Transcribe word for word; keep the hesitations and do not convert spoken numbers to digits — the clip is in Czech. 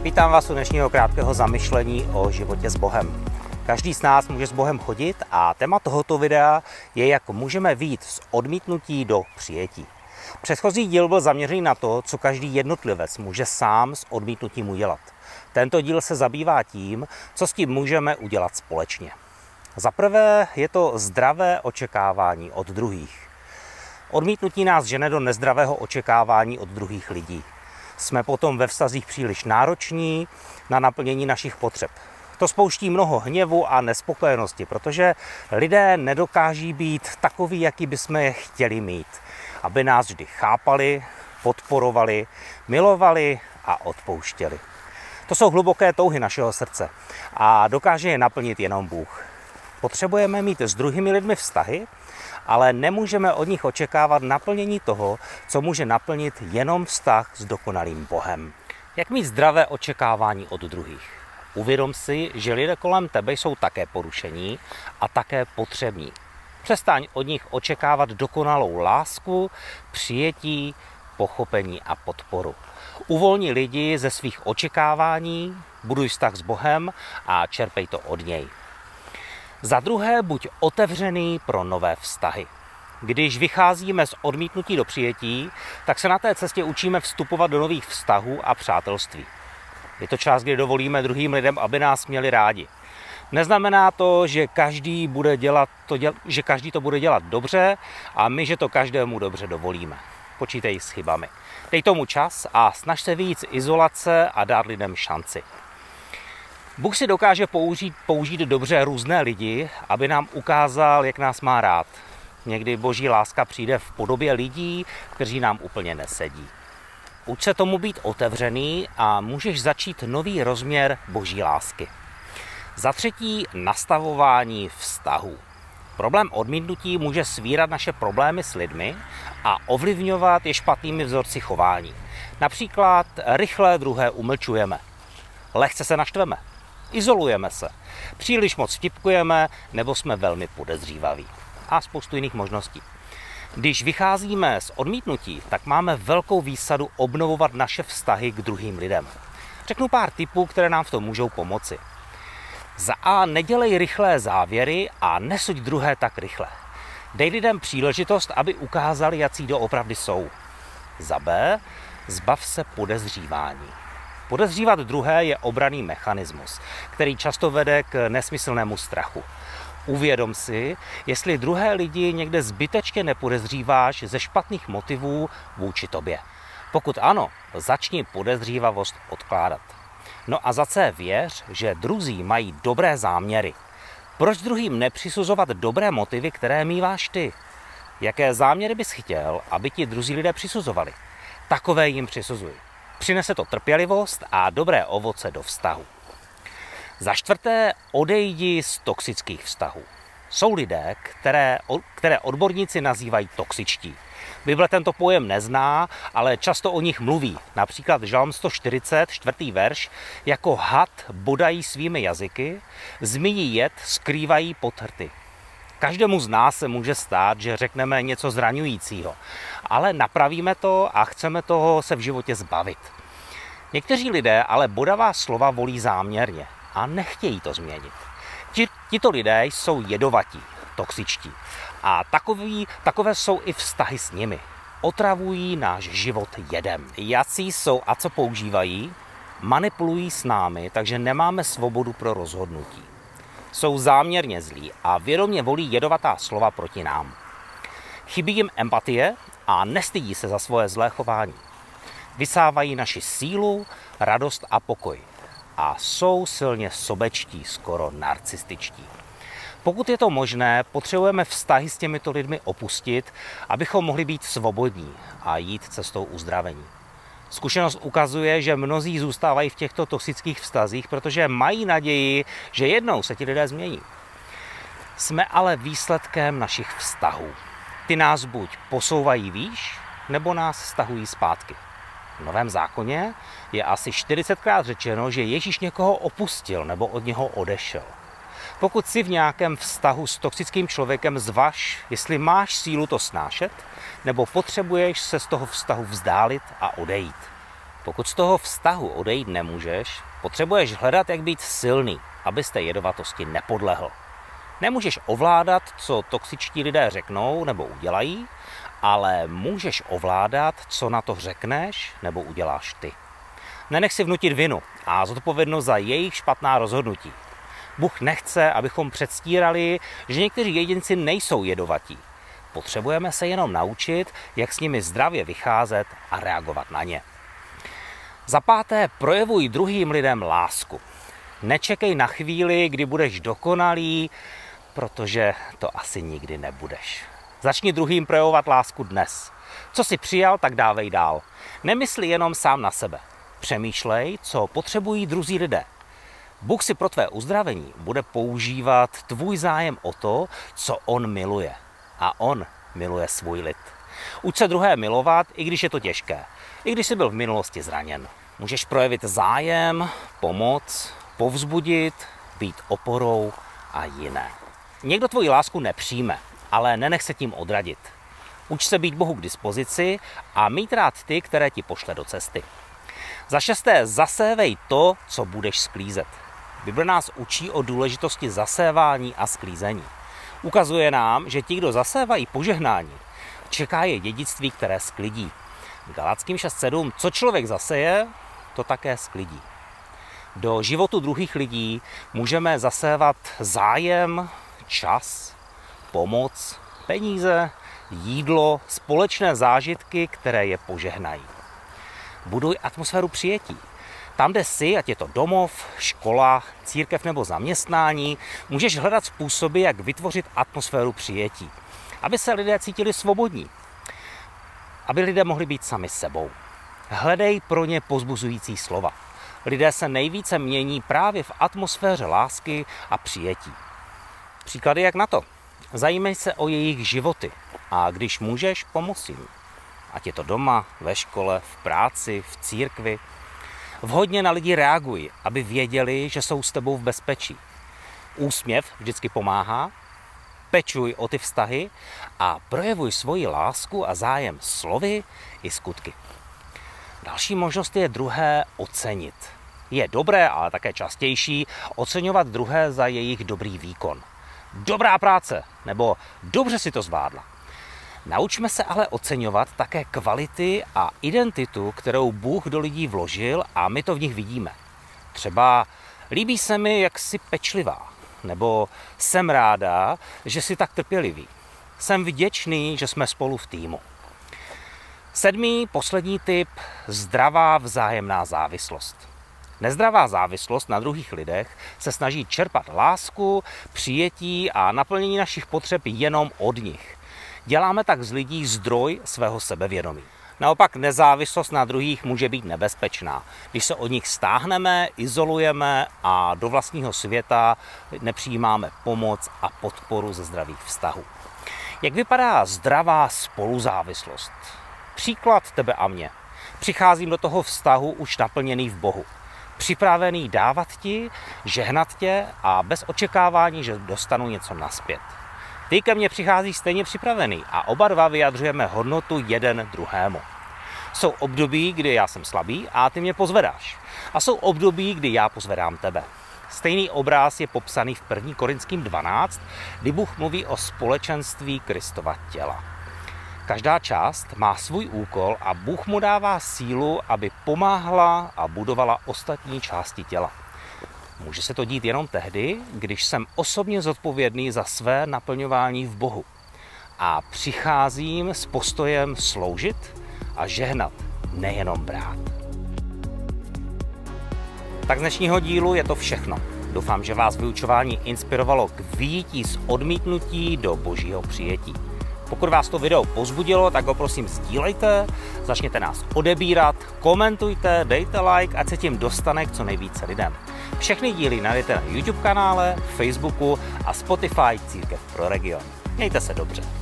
Vítám vás u dnešního krátkého zamyšlení o životě s Bohem. Každý z nás může s Bohem chodit a téma tohoto videa je, jak můžeme vyjít z odmítnutí do přijetí. Předchozí díl byl zaměřený na to, co každý jednotlivec může sám s odmítnutím udělat. Tento díl se zabývá tím, co s tím můžeme udělat společně. Za prvé je to zdravé očekávání od druhých. Odmítnutí nás žene do nezdravého očekávání od druhých lidí. Jsme potom ve vztazích příliš nároční na naplnění našich potřeb. To spouští mnoho hněvu a nespokojenosti, protože lidé nedokáží být takoví, jaký bychom je chtěli mít. Aby nás vždy chápali, podporovali, milovali a odpouštěli. To jsou hluboké touhy našeho srdce a dokáže je naplnit jenom Bůh. Potřebujeme mít s druhými lidmi vztahy, ale nemůžeme od nich očekávat naplnění toho, co může naplnit jenom vztah s dokonalým Bohem. Jak mít zdravé očekávání od druhých? Uvědom si, že lidé kolem tebe jsou také porušení a také potřební. Přestaň od nich očekávat dokonalou lásku, přijetí, pochopení a podporu. Uvolni lidi ze svých očekávání, buduj vztah s Bohem a čerpej to od něj. Za druhé, buď otevřený pro nové vztahy. Když vycházíme z odmítnutí do přijetí, tak se na té cestě učíme vstupovat do nových vztahů a přátelství. Je to čas, kdy dovolíme druhým lidem, aby nás měli rádi. Neznamená to, že každý, bude dělat to, děl, že každý to bude dělat dobře a my, že to každému dobře dovolíme. Počítej s chybami. Dej tomu čas a snaž se vyjít z izolace a dát lidem šanci. Bůh si dokáže použít, použít dobře různé lidi, aby nám ukázal, jak nás má rád. Někdy boží láska přijde v podobě lidí, kteří nám úplně nesedí. Uč se tomu být otevřený a můžeš začít nový rozměr boží lásky. Za třetí, nastavování vztahů. Problém odmítnutí může svírat naše problémy s lidmi a ovlivňovat je špatnými vzorci chování. Například rychle druhé umlčujeme, lehce se naštveme, izolujeme se, příliš moc vtipkujeme nebo jsme velmi podezřívaví a spoustu jiných možností. Když vycházíme z odmítnutí, tak máme velkou výsadu obnovovat naše vztahy k druhým lidem. Řeknu pár tipů, které nám v tom můžou pomoci. Za A, nedělej rychlé závěry a nesuď druhé tak rychle. Dej lidem příležitost, aby ukázali, jací doopravdy jsou. Za B, zbav se podezřívání. Podezřívat druhé je obranný mechanismus, který často vede k nesmyslnému strachu. Uvědom si, jestli druhé lidi někde zbytečně nepodezříváš ze špatných motivů vůči tobě. Pokud ano, začni podezřívavost odkládat. No a za C, věř, že druzí mají dobré záměry. Proč druhým nepřisuzovat dobré motivy, které míváš ty? Jaké záměry bys chtěl, aby ti druzí lidé přisuzovali? Takové jim přisuzuj. Přinese to trpělivost a dobré ovoce do vztahu. Za čtvrté, odejdi z toxických vztahů. Jsou lidé, které, které odborníci nazývají toxičtí. Bible tento pojem nezná, ale často o nich mluví. Například Žalm sto čtyřicet, čtvrtý verš, jako had bodají svými jazyky, zmijí jed skrývají pod hrty. Každému z nás se může stát, že řekneme něco zraňujícího, ale napravíme to a chceme toho se v životě zbavit. Někteří lidé ale bodavá slova volí záměrně a nechtějí to změnit. Tito lidé jsou jedovatí, toxičtí a takový, takové jsou i vztahy s nimi. Otravují náš život jedem. Jací jsou a co používají? Manipulují s námi, takže nemáme svobodu pro rozhodnutí. Jsou záměrně zlí a vědomě volí jedovatá slova proti nám. Chybí jim empatie a nestydí se za svoje zlé chování. Vysávají naši sílu, radost a pokoj. A jsou silně sobečtí, skoro narcističtí. Pokud je to možné, potřebujeme vztahy s těmito lidmi opustit, abychom mohli být svobodní a jít cestou uzdravení. Zkušenost ukazuje, že mnozí zůstávají v těchto toxických vztazích, protože mají naději, že jednou se ti lidé změní. Jsme ale výsledkem našich vztahů. Ty nás buď posouvají výš, nebo nás stahují zpátky. V Novém zákoně je asi čtyřicetkrát řečeno, že Ježíš někoho opustil nebo od něho odešel. Pokud jsi v nějakém vztahu s toxickým člověkem, zvaž, jestli máš sílu to snášet, nebo potřebuješ se z toho vztahu vzdálit a odejít. Pokud z toho vztahu odejít nemůžeš, potřebuješ hledat, jak být silný, abys té jedovatosti nepodlehl. Nemůžeš ovládat, co toxičtí lidé řeknou nebo udělají, ale můžeš ovládat, co na to řekneš nebo uděláš ty. Nenech si vnutit vinu a zodpovědnost za jejich špatná rozhodnutí. Bůh nechce, abychom předstírali, že někteří jedinci nejsou jedovatí. Potřebujeme se jenom naučit, jak s nimi zdravě vycházet a reagovat na ně. Za páté, projevuj druhým lidem lásku. Nečekej na chvíli, kdy budeš dokonalý, protože to asi nikdy nebudeš. Začni druhým projevovat lásku dnes. Co jsi přijal, tak dávej dál. Nemysli jenom sám na sebe. Přemýšlej, co potřebují druzí lidé. Bůh si pro tvé uzdravení bude používat tvůj zájem o to, co on miluje. A on miluje svůj lid. Uč se druhé milovat, i když je to těžké. I když jsi byl v minulosti zraněn. Můžeš projevit zájem, pomoc, povzbudit, být oporou a jiné. Někdo tvoji lásku nepřijme, ale nenech se tím odradit. Uč se být Bohu k dispozici a mít rád ty, které ti pošle do cesty. Za šesté, zasévej to, co budeš sklízet. Bible nás učí o důležitosti zasévání a sklízení. Ukazuje nám, že ti, kdo zasévají požehnání, čeká je dědictví, které sklidí. Galackým šest sedm, co člověk zaseje, to také sklidí. Do životu druhých lidí můžeme zasévat zájem, čas, pomoc, peníze, jídlo, společné zážitky, které je požehnají. Buduj atmosféru přijetí. Tam, kde jsi, ať je to domov, škola, církev nebo zaměstnání, můžeš hledat způsoby, jak vytvořit atmosféru přijetí. Aby se lidé cítili svobodní. Aby lidé mohli být sami sebou. Hledej pro ně povzbuzující slova. Lidé se nejvíce mění právě v atmosféře lásky a přijetí. Příklady jak na to. Zajímej se o jejich životy a když můžeš, pomoz jim. Ať je to doma, ve škole, v práci, v církvi. Vhodně na lidi reaguj, aby věděli, že jsou s tebou v bezpečí. Úsměv vždycky pomáhá. Pečuj o ty vztahy a projevuj svoji lásku a zájem slovy i skutky. Další možnost je druhé ocenit. Je dobré, ale také častější, oceňovat druhé za jejich dobrý výkon. Dobrá práce, nebo dobře si to zvládla. Naučme se ale oceňovat také kvality a identitu, kterou Bůh do lidí vložil a my to v nich vidíme. Třeba líbí se mi, jak jsi pečlivá, nebo jsem ráda, že jsi tak trpělivý. Jsem vděčný, že jsme spolu v týmu. Sedmý, poslední tip, zdravá vzájemná závislost. Nezdravá závislost na druhých lidech se snaží čerpat lásku, přijetí a naplnění našich potřeb jenom od nich. Děláme tak z lidí zdroj svého sebevědomí. Naopak nezávislost na druhých může být nebezpečná. Když se od nich stáhneme, izolujeme a do vlastního světa nepřijímáme pomoc a podporu ze zdravých vztahů. Jak vypadá zdravá spoluzávislost? Příklad tebe a mě. Přicházím do toho vztahu už naplněný v Bohu. Připravený dávat ti, žehnat tě a bez očekávání, že dostanu něco nazpět. Ty ke mně přicházíš stejně připravený a oba dva vyjadřujeme hodnotu jeden druhému. Jsou období, kdy já jsem slabý a ty mě pozvedáš. A jsou období, kdy já pozvedám tebe. Stejný obráz je popsaný v první Korinským dvanáct, kdy Bůh mluví o společenství Kristova těla. Každá část má svůj úkol a Bůh mu dává sílu, aby pomáhala a budovala ostatní části těla. Může se to dít jenom tehdy, když jsem osobně zodpovědný za své naplňování v Bohu. A přicházím s postojem sloužit a žehnat, nejenom brát. Tak z dnešního dílu je to všechno. Doufám, že vás vyučování inspirovalo k vyjití z odmítnutí do božího přijetí. Pokud vás to video povzbudilo, tak ho prosím sdílejte, začněte nás odebírat, komentujte, dejte like, ať se tím dostane k co nejvíce lidem. Všechny díly najdete na YouTube kanále, Facebooku a Spotify Církev pro region. Mějte se dobře.